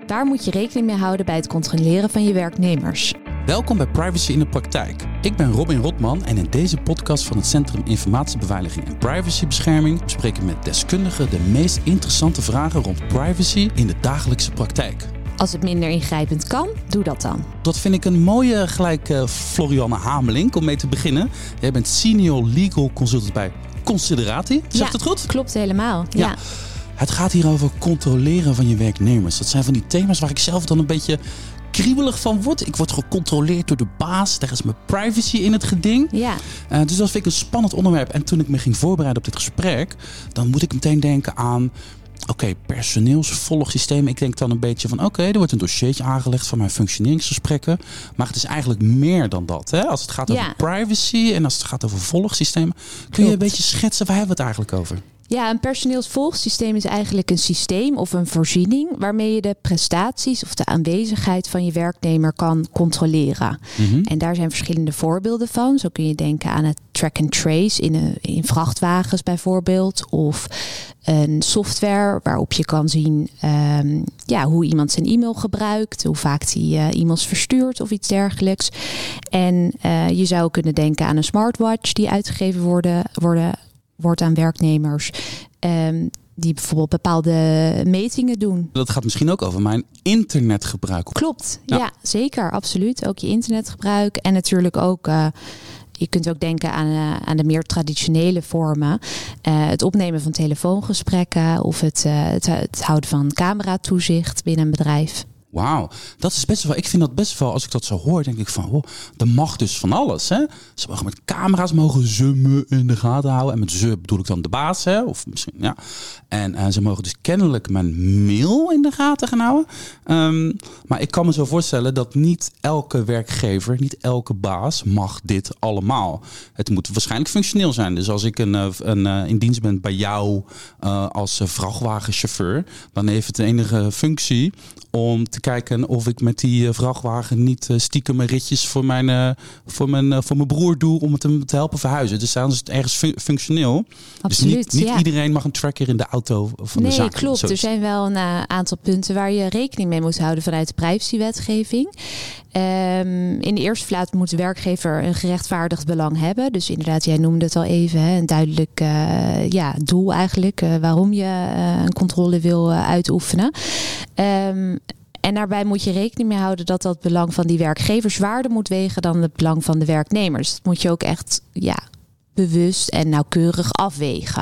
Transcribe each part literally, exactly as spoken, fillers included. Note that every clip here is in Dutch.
Daar moet je rekening mee houden bij het controleren van je werknemers. Welkom bij Privacy in de Praktijk. Ik ben Robin Rotman en in deze podcast van het Centrum Informatiebeveiliging en Privacybescherming bespreek ik met deskundigen de meest interessante vragen rond privacy in de dagelijkse praktijk. Als het minder ingrijpend kan, doe dat dan. Dat vind ik een mooie gelijk uh, Florianne Hamelink om mee te beginnen. Jij bent Senior Legal Consultant bij Considerati. Zeg ja, dat goed? Klopt helemaal. Ja. ja. Het gaat hier over controleren van je werknemers. Dat zijn van die thema's waar ik zelf dan een beetje kriebelig van word. Ik word gecontroleerd door de baas. Daar is mijn privacy in het geding. Ja. Uh, dus dat vind ik een spannend onderwerp. En toen ik me ging voorbereiden op dit gesprek, dan moet ik meteen denken aan Oké, okay, personeelsvolgsysteem. Ik denk dan een beetje van oké, okay, er wordt een dossiertje aangelegd van mijn functioneringsgesprekken. Maar het is eigenlijk meer dan dat. Hè? Als het gaat over ja. privacy en als het gaat over volgsystemen. Kun Klopt. je een beetje schetsen, waar hebben we het eigenlijk over? Ja, een personeelsvolgsysteem is eigenlijk een systeem of een voorziening waarmee je de prestaties of de aanwezigheid van je werknemer kan controleren. Mm-hmm. En daar zijn verschillende voorbeelden van. Zo kun je denken aan het track and trace in, een, in vrachtwagens bijvoorbeeld. Of een software waarop je kan zien um, ja, hoe iemand zijn e-mail gebruikt, hoe vaak hij uh, e-mails verstuurt of iets dergelijks. En uh, je zou kunnen denken aan een smartwatch die uitgegeven worden, worden wordt aan werknemers um, die bijvoorbeeld bepaalde metingen doen. Dat gaat misschien ook over mijn internetgebruik. Klopt, ja, ja zeker, absoluut. Ook je internetgebruik en natuurlijk ook Uh, je kunt ook denken aan, uh, aan de meer traditionele vormen. Uh, het opnemen van telefoongesprekken of het, uh, het, het houden van cameratoezicht binnen een bedrijf. Wauw, dat is best wel. Ik vind dat best wel, als ik dat zo hoor, denk ik van, oh, er mag dus van alles. Hè? Ze mogen met camera's mogen ze me in de gaten houden. En met ze bedoel ik dan de baas, hè? Of misschien, ja. En uh, ze mogen dus kennelijk mijn mail in de gaten gaan houden. Um, maar ik kan me zo voorstellen dat niet elke werkgever, niet elke baas mag dit allemaal. Het moet waarschijnlijk functioneel zijn. Dus als ik een, een, een in dienst ben bij jou uh, als vrachtwagenchauffeur, dan heeft het de enige functie om te kijken of ik met die vrachtwagen niet stiekem mijn ritjes voor mijn, uh, voor mijn, uh, voor mijn broer doe om het hem te helpen verhuizen. Dus dan is het ergens fun- functioneel. Absoluut, dus niet, niet ja. iedereen mag een tracker in de auto van nee, de zaak. Nee, klopt. Zoiets. Er zijn wel een uh, aantal punten waar je rekening mee moet houden vanuit de privacywetgeving. Um, in de eerste plaats moet de werkgever een gerechtvaardigd belang hebben. Dus inderdaad, jij noemde het al even, hè, een duidelijk uh, ja, doel eigenlijk. Uh, waarom je uh, een controle wil uh, uitoefenen. Um, En daarbij moet je rekening mee houden dat dat belang van die werkgever zwaarder moet wegen dan het belang van de werknemers. Dat moet je ook echt ja, bewust en nauwkeurig afwegen.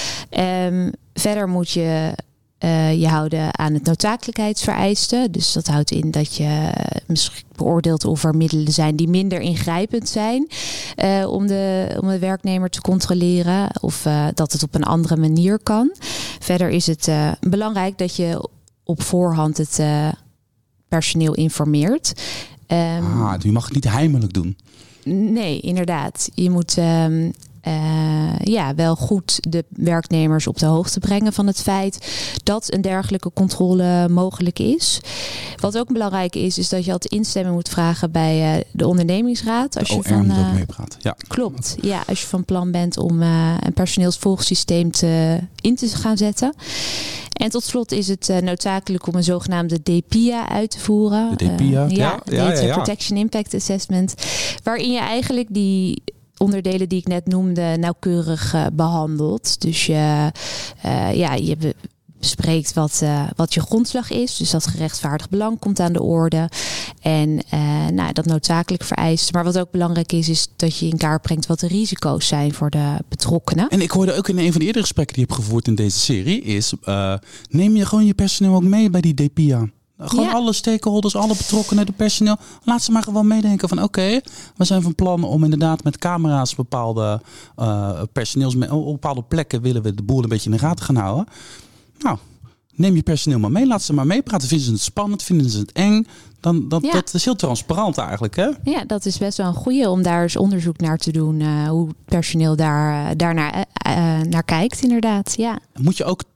Um, verder moet je uh, je houden aan het noodzakelijkheidsvereiste. Dus dat houdt in dat je misschien beoordeelt of er middelen zijn die minder ingrijpend zijn uh, om, de, om de werknemer te controleren. Of uh, dat het op een andere manier kan. Verder is het uh, belangrijk dat je op voorhand het uh, personeel informeert. Um, ah, je mag het niet heimelijk doen. Nee, inderdaad. Je moet um, uh, ja, wel goed de werknemers op de hoogte brengen van het feit dat een dergelijke controle mogelijk is. Wat ook belangrijk is, is dat je altijd instemming moet vragen bij uh, de ondernemingsraad. Als de je O R van, moet uh, ook meepraten. Ja. Klopt. Ja, als je van plan bent om uh, een personeelsvolgsysteem te, in te gaan zetten. En tot slot is het uh, noodzakelijk om een zogenaamde D P I A uit te voeren. De D P I A? Uh, ja, ja, ja, Data ja, ja. Protection Impact Assessment. Waarin je eigenlijk die onderdelen die ik net noemde nauwkeurig uh, behandelt. Dus je, uh, ja, je be- bespreekt wat, uh, wat je grondslag is. Dus dat gerechtvaardigd belang komt aan de orde. En uh, nou, dat noodzakelijk vereist. Maar wat ook belangrijk is, is dat je in kaart brengt wat de risico's zijn voor de betrokkenen. En ik hoorde ook in een van de eerdere gesprekken die je hebt gevoerd in deze serie, is uh, neem je gewoon je personeel ook mee bij die D P I A. Gewoon ja. alle stakeholders, alle betrokkenen, de personeel. Laat ze maar gewoon meedenken van oké, okay, we zijn van plan om inderdaad met camera's bepaalde uh, personeels, op bepaalde plekken willen we de boel een beetje in de gaten gaan houden. Nou, neem je personeel maar mee. Laat ze maar meepraten. Vinden ze het spannend? Vinden ze het eng? Dan, dat, ja. dat is heel transparant eigenlijk, hè? Ja, dat is best wel een goeie om daar eens onderzoek naar te doen. Uh, hoe het personeel daar, daarnaar uh, naar kijkt, inderdaad. Ja. Moet je ook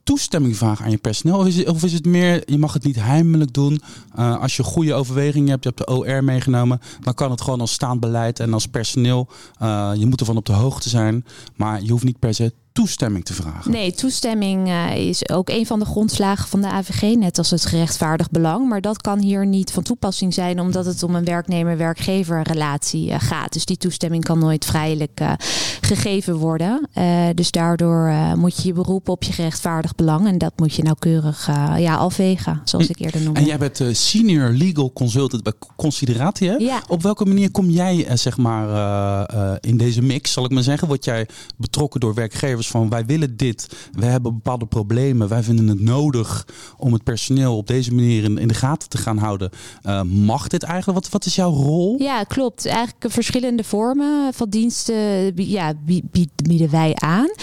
toestemming vragen aan je personeel? Of is het, of is het meer, je mag het niet heimelijk doen. Uh, als je goede overwegingen hebt, je hebt de O R meegenomen, dan kan het gewoon als staand beleid en als personeel. Uh, je moet ervan op de hoogte zijn, maar je hoeft niet per se toestemming te vragen. Nee, toestemming uh, is ook een van de grondslagen van de A V G, net als het gerechtvaardigd belang. Maar dat kan hier niet van toepassing zijn, omdat het om een werknemer-werkgever relatie uh, gaat. Dus die toestemming kan nooit vrijelijk uh, gegeven worden. Uh, dus daardoor uh, moet je je beroepen op je gerechtvaardigd belang. En dat moet je nauwkeurig uh, ja, afwegen, zoals hm. ik eerder noemde. En jij bent uh, senior legal consultant bij Considerati, hè? Ja. Op welke manier kom jij uh, zeg maar uh, uh, in deze mix, zal ik maar zeggen? Word jij betrokken door werkgevers van wij willen dit, we hebben bepaalde problemen, wij vinden het nodig om het personeel op deze manier in, in de gaten te gaan houden. Uh, mag dit eigenlijk? Wat, wat is jouw rol? Ja, klopt. Eigenlijk verschillende vormen van diensten ja, bieden wij aan. Uh,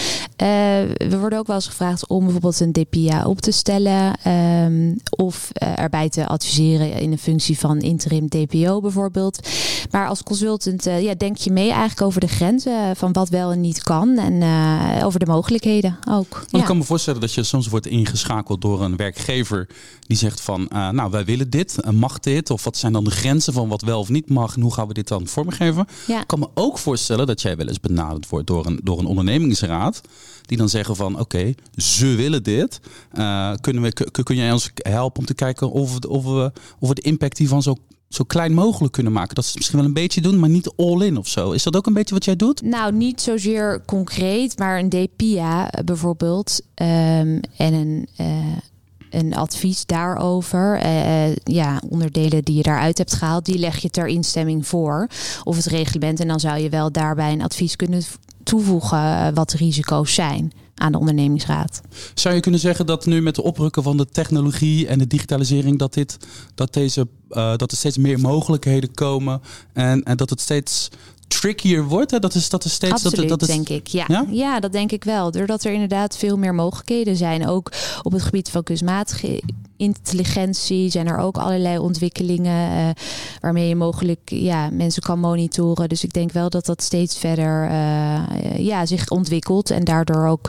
we worden ook wel eens gevraagd om bijvoorbeeld een D P A op te stellen um, of uh, erbij te adviseren in een functie van interim D P O bijvoorbeeld. Maar als consultant uh, ja, denk je mee eigenlijk over de grenzen van wat wel en niet kan en uh, over de mogelijkheden ook. Want ja. Ik kan me voorstellen dat je soms wordt ingeschakeld door een werkgever die zegt van, uh, nou wij willen dit, uh, mag dit? Of wat zijn dan de grenzen van wat wel of niet mag en hoe gaan we dit dan vormgeven? Ja. Ik kan me ook voorstellen dat jij wel eens benaderd wordt door een, door een ondernemingsraad die dan zeggen van, oké, okay, ze willen dit. Uh, kunnen we, kun, kun jij ons helpen om te kijken of, of, we, of we de impact hiervan zo zo klein mogelijk kunnen maken. Dat ze het misschien wel een beetje doen, maar niet all in of zo. Is dat ook een beetje wat jij doet? Nou, niet zozeer concreet, maar een D P A bijvoorbeeld um, en een, uh, een advies daarover. Uh, ja, onderdelen die je daaruit hebt gehaald, die leg je ter instemming voor. Of het reglement. En dan zou je wel daarbij een advies kunnen toevoegen wat de risico's zijn aan de ondernemingsraad. Zou je kunnen zeggen dat nu met de oprukken van de technologie en de digitalisering dat dit, dat deze, uh, dat er steeds meer mogelijkheden komen en, en dat het steeds trickier wordt? Hè? Dat is dat is steeds Absoluut, dat, dat is, denk ik. Ja. Ja? ja, dat denk ik wel. Doordat er inderdaad veel meer mogelijkheden zijn, ook op het gebied van kunstmatige intelligentie zijn er ook allerlei ontwikkelingen uh, waarmee je mogelijk ja, mensen kan monitoren. Dus ik denk wel dat dat steeds verder uh, ja, zich ontwikkelt en daardoor ook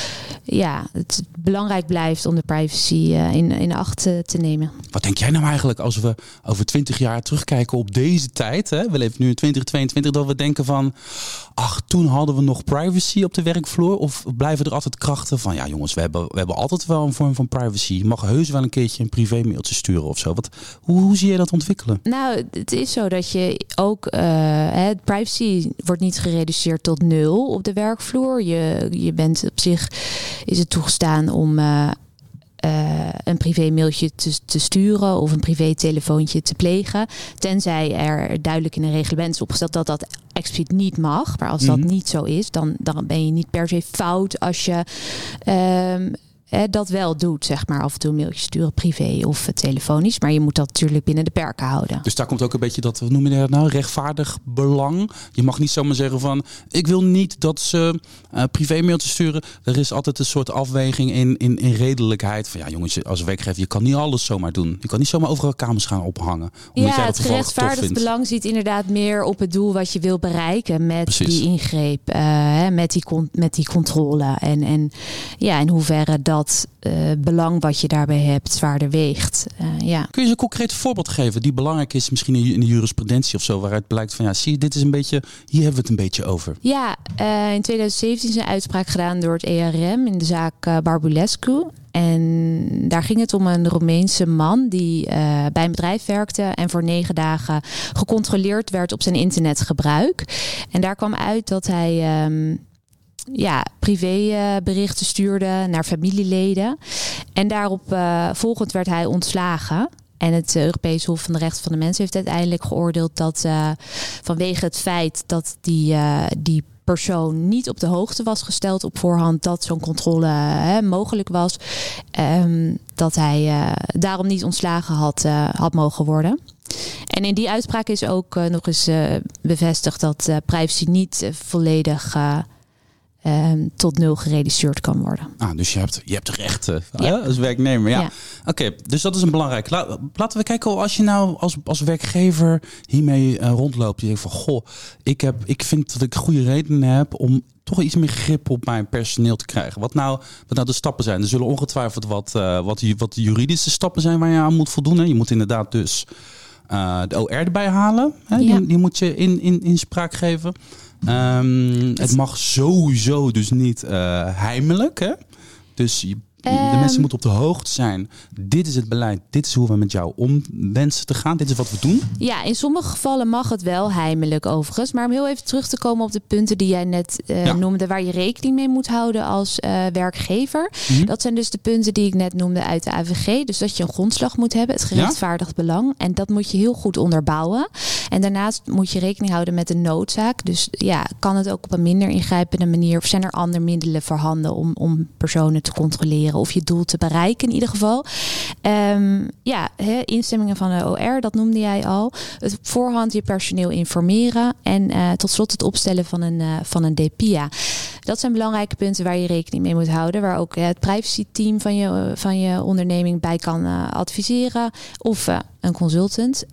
ja, het belangrijk blijft om de privacy uh, in, in acht te nemen. Wat denk jij nou eigenlijk als we over twintig jaar terugkijken op deze tijd? Hè? We leven nu in twintig tweeëntwintig, dat we denken van, ach, toen hadden we nog privacy op de werkvloer? Of blijven er altijd krachten van, ja jongens, we hebben, we hebben altijd wel een vorm van privacy. Je mag heus wel een keertje een privé-mailtje sturen of zo. Wat, hoe, hoe zie je dat ontwikkelen? Nou, het is zo dat je ook, uh, hè, privacy wordt niet gereduceerd tot nul op de werkvloer. Je, je bent op zich, is het toegestaan om uh, uh, een privé-mailtje te, te sturen of een privé-telefoontje te plegen. Tenzij er duidelijk in een reglement is opgesteld dat dat expliciet niet mag. Maar als dat mm-hmm. niet zo is, dan, dan ben je niet per se fout als je Um, dat wel doet, zeg maar, af en toe een mailtje sturen, privé of telefonisch. Maar je moet dat natuurlijk binnen de perken houden. Dus daar komt ook een beetje dat, wat noem je dat nou, rechtvaardig belang. Je mag niet zomaar zeggen van, ik wil niet dat ze uh, privé mailtjes sturen. Er is altijd een soort afweging in, in, in redelijkheid. Van ja jongens, als werkgever, je kan niet alles zomaar doen. Je kan niet zomaar overal kamers gaan ophangen. Ja, het gerechtvaardigd belang zit inderdaad meer op het doel wat je wil bereiken met Precies. die ingreep. Uh, met, die con- met die controle. En, en ja, in hoeverre dat dat uh, belang wat je daarbij hebt zwaarder weegt. Uh, ja. Kun je een concreet voorbeeld geven die belangrijk is misschien in de jurisprudentie of zo, waaruit blijkt van ja, zie je, dit is een beetje, hier hebben we het een beetje over. Ja, uh, in twintig zeventien is een uitspraak gedaan door het E R M in de zaak uh, Barbulescu. En daar ging het om een Roemeense man die uh, bij een bedrijf werkte en voor negen dagen gecontroleerd werd op zijn internetgebruik. En daar kwam uit dat hij Um, ja, privéberichten stuurde naar familieleden. En daarop uh, volgend werd hij ontslagen. En het Europees Hof van de Rechten van de Mens heeft uiteindelijk geoordeeld dat uh, vanwege het feit dat die, uh, die persoon niet op de hoogte was gesteld op voorhand dat zo'n controle uh, mogelijk was, um, dat hij uh, daarom niet ontslagen had, uh, had mogen worden. En in die uitspraak is ook uh, nog eens uh, bevestigd dat uh, privacy niet uh, volledig Uh, um, tot nul gereduceerd kan worden. Ah, dus je hebt, je hebt rechten ja. hè, als werknemer. Ja. ja. Oké, okay, dus dat is een belangrijk. La, laten we kijken, als je nou als, als werkgever hiermee uh, rondloopt. Je denkt van, goh, ik, heb, ik vind dat ik goede redenen heb om toch iets meer grip op mijn personeel te krijgen. Wat nou, wat nou de stappen zijn. Er zullen ongetwijfeld wat, uh, wat, wat de juridische stappen zijn waar je aan moet voldoen. Hè. Je moet inderdaad dus uh, de O R erbij halen. Hè. Ja. Die, die moet je in, in, in spraak geven. Um, het mag sowieso dus niet uh, heimelijk. Hè. Dus je, de um, mensen moeten op de hoogte zijn. Dit is het beleid. Dit is hoe we met jou om wensen te gaan. Dit is wat we doen. Ja, in sommige gevallen mag het wel heimelijk overigens. Maar om heel even terug te komen op de punten die jij net uh, ja. noemde. Waar je rekening mee moet houden als uh, werkgever. Mm-hmm. Dat zijn dus de punten die ik net noemde uit de A V G. Dus dat je een grondslag moet hebben. Het gerechtvaardigd ja? belang. En dat moet je heel goed onderbouwen. En daarnaast moet je rekening houden met de noodzaak. Dus ja, kan het ook op een minder ingrijpende manier. Of zijn er andere middelen voorhanden om, om personen te controleren. Of je doel te bereiken in ieder geval. Um, ja, he, instemmingen van de O R, dat noemde jij al. Het op voorhand je personeel informeren. En uh, tot slot het opstellen van een, uh, van een D P I A. Dat zijn belangrijke punten waar je rekening mee moet houden. Waar ook uh, het privacy team van je, uh, van je onderneming bij kan uh, adviseren. Of uh, een consultant.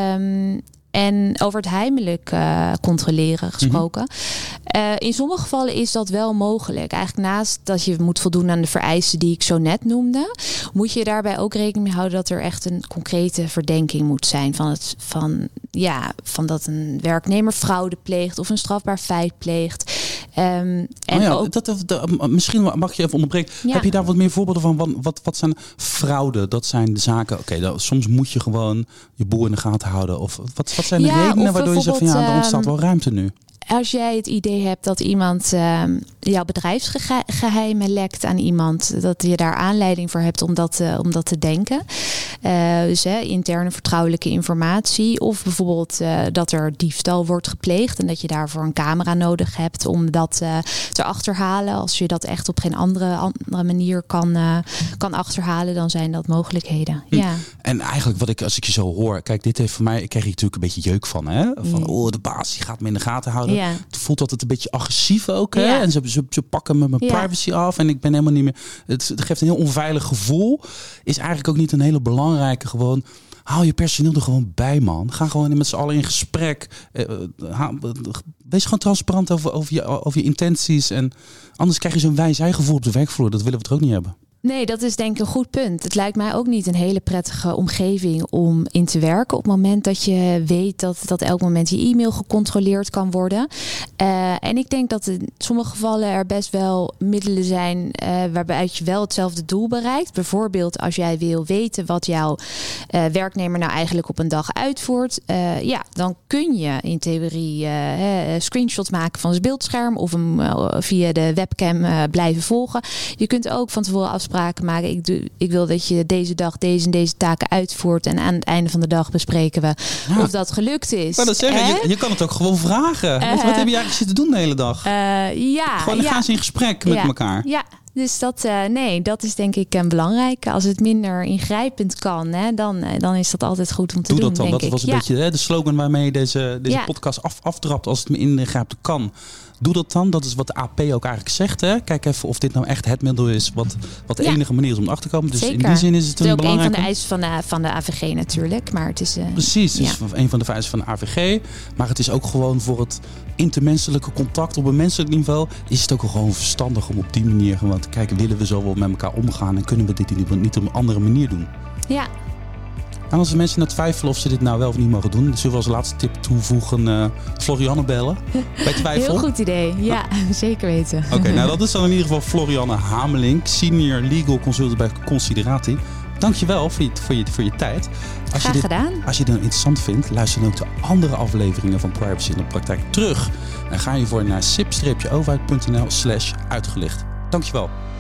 Um, En over het heimelijk uh, controleren gesproken. Mm-hmm. Uh, in sommige gevallen is dat wel mogelijk. Eigenlijk naast dat je moet voldoen aan de vereisten die ik zo net noemde, moet je daarbij ook rekening mee houden dat er echt een concrete verdenking moet zijn van het van ja van dat een werknemer fraude pleegt of een strafbaar feit pleegt. Um, en oh ja, ook, dat, dat, dat, misschien mag je even onderbreken. Ja. Heb je daar wat meer voorbeelden van? Wat, wat, wat zijn fraude? Dat zijn de zaken. Oké, okay, soms moet je gewoon je boel in de gaten houden. Of wat, wat zijn de ja, redenen waardoor je zegt van ja, er ontstaat wel ruimte nu? Als jij het idee hebt dat iemand uh, jouw bedrijfsgeheimen lekt aan iemand, dat je daar aanleiding voor hebt om dat, uh, om dat te denken. Uh, dus hè, interne vertrouwelijke informatie. Of bijvoorbeeld uh, dat er diefstal wordt gepleegd en dat je daarvoor een camera nodig hebt om dat uh, te achterhalen. Als je dat echt op geen andere, andere manier kan, uh, kan achterhalen, dan zijn dat mogelijkheden. Hm. Ja. En eigenlijk wat ik, als ik je zo hoor, kijk, dit heeft voor mij, ik krijg hier natuurlijk een beetje jeuk van. Hè? Van, oh, de baas die gaat me in de gaten houden. Ja. Het voelt altijd een beetje agressief ook. Hè? Ja. En ze, ze, ze pakken me mijn ja. privacy af. En ik ben helemaal niet meer. Het, het geeft een heel onveilig gevoel. Is eigenlijk ook niet een hele belangrijke. Gewoon, haal je personeel er gewoon bij, man. Ga gewoon met z'n allen in gesprek. Uh, ha, wees gewoon transparant over, over, je, over je intenties. En anders krijg je zo'n wijs-ei-gevoel op de werkvloer. Dat willen we toch ook niet hebben. Nee, dat is denk ik een goed punt. Het lijkt mij ook niet een hele prettige omgeving om in te werken. Op het moment dat je weet dat, dat elk moment je e-mail gecontroleerd kan worden. Uh, en ik denk dat in sommige gevallen er best wel middelen zijn uh, waarbij je wel hetzelfde doel bereikt. Bijvoorbeeld als jij wil weten wat jouw uh, werknemer nou eigenlijk op een dag uitvoert. Uh, ja, dan kun je in theorie uh, uh, screenshots maken van zijn beeldscherm of hem uh, via de webcam uh, blijven volgen. Je kunt ook van tevoren afspraken maken. Ik, doe, ik wil dat je deze dag deze en deze taken uitvoert. En aan het einde van de dag bespreken we ja. of dat gelukt is. Maar dat zeggen, je, je kan het ook gewoon vragen. Uh, wat, wat heb je eigenlijk zitten doen de hele dag? Uh, ja. Gewoon dan ja. gaan ze in gesprek met ja. elkaar. Ja. Dus dat, uh, nee, dat is denk ik een belangrijke. Als het minder ingrijpend kan, hè, dan, dan is dat altijd goed om te Doe doen. Dat dan. Denk dat ik. was een ja. beetje hè, de slogan waarmee je deze, deze ja. podcast af, aftrapt. Als het me ingrijpend kan. Doe dat dan. Dat is wat de A P ook eigenlijk zegt. Hè. Kijk even of dit nou echt het middel is wat, wat de ja. enige manier is om erachter te komen. Dus Zeker. in die zin is het, het is een belangrijke... ook een van de eisen van de, van de A V G natuurlijk. Maar het is, uh, Precies, het ja. is een van de vereisten van de A V G. Maar het is ook gewoon voor het intermenselijke contact op een menselijk niveau. Is het ook gewoon verstandig om op die manier gewoon te kijken. Willen we zo wel met elkaar omgaan en kunnen we dit niet op een andere manier doen? Ja. En als de mensen nou twijfelen of ze dit nou wel of niet mogen doen, dan zullen we als laatste tip toevoegen uh, Florianne bellen. Bij twijfel. Heel goed idee. Ja, ah. zeker weten. Oké, okay, nou dat is dan in ieder geval Florianne Hamelink, Senior Legal Consultant bij Considerati. Dankjewel voor je, voor je, voor je tijd. Als Graag je dit, gedaan. Als je dit interessant vindt, luister dan ook de andere afleveringen van Privacy in de Praktijk terug. En ga je voor naar sip-overheid.nl slash uitgelicht. Dankjewel.